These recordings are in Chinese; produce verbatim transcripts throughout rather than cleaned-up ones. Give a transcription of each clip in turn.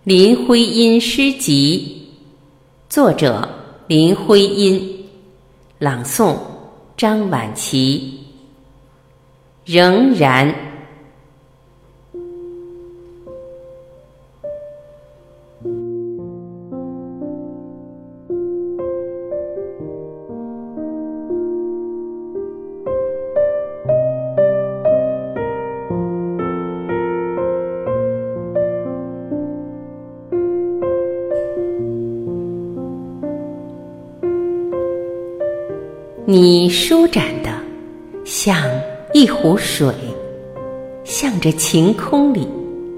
林徽因诗集，作者林徽因，朗诵张晚琪。仍然。你舒展的像一湖水，向着晴空里，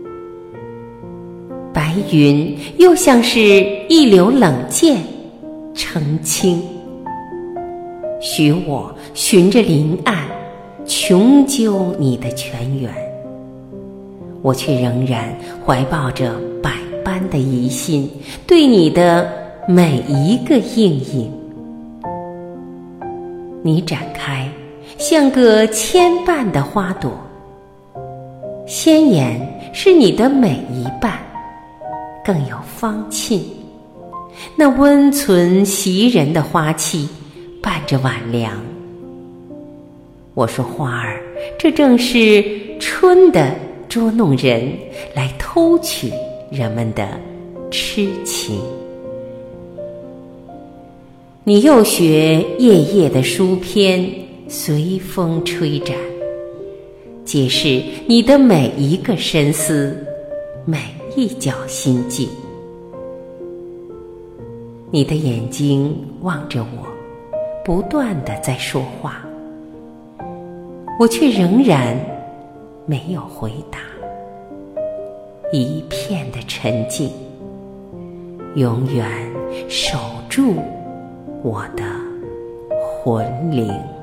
白云又像是一流冷箭澄清。许我循着林岸穷究你的泉源，我却仍然怀抱着百般的疑心，对你的每一个应影。你展开像个牵绊的花朵，鲜艳是你的每一瓣，更有芳沁。那温存袭人的花气伴着晚凉。我说花儿，这正是春的捉弄人，来偷取人们的痴情。你又学页页的书篇随风吹展，揭示你的每一个深思，每一角心境。你的眼睛望着我，不断地在说话，我却仍然没有回答，一片的沉静，永远守住我的魂灵。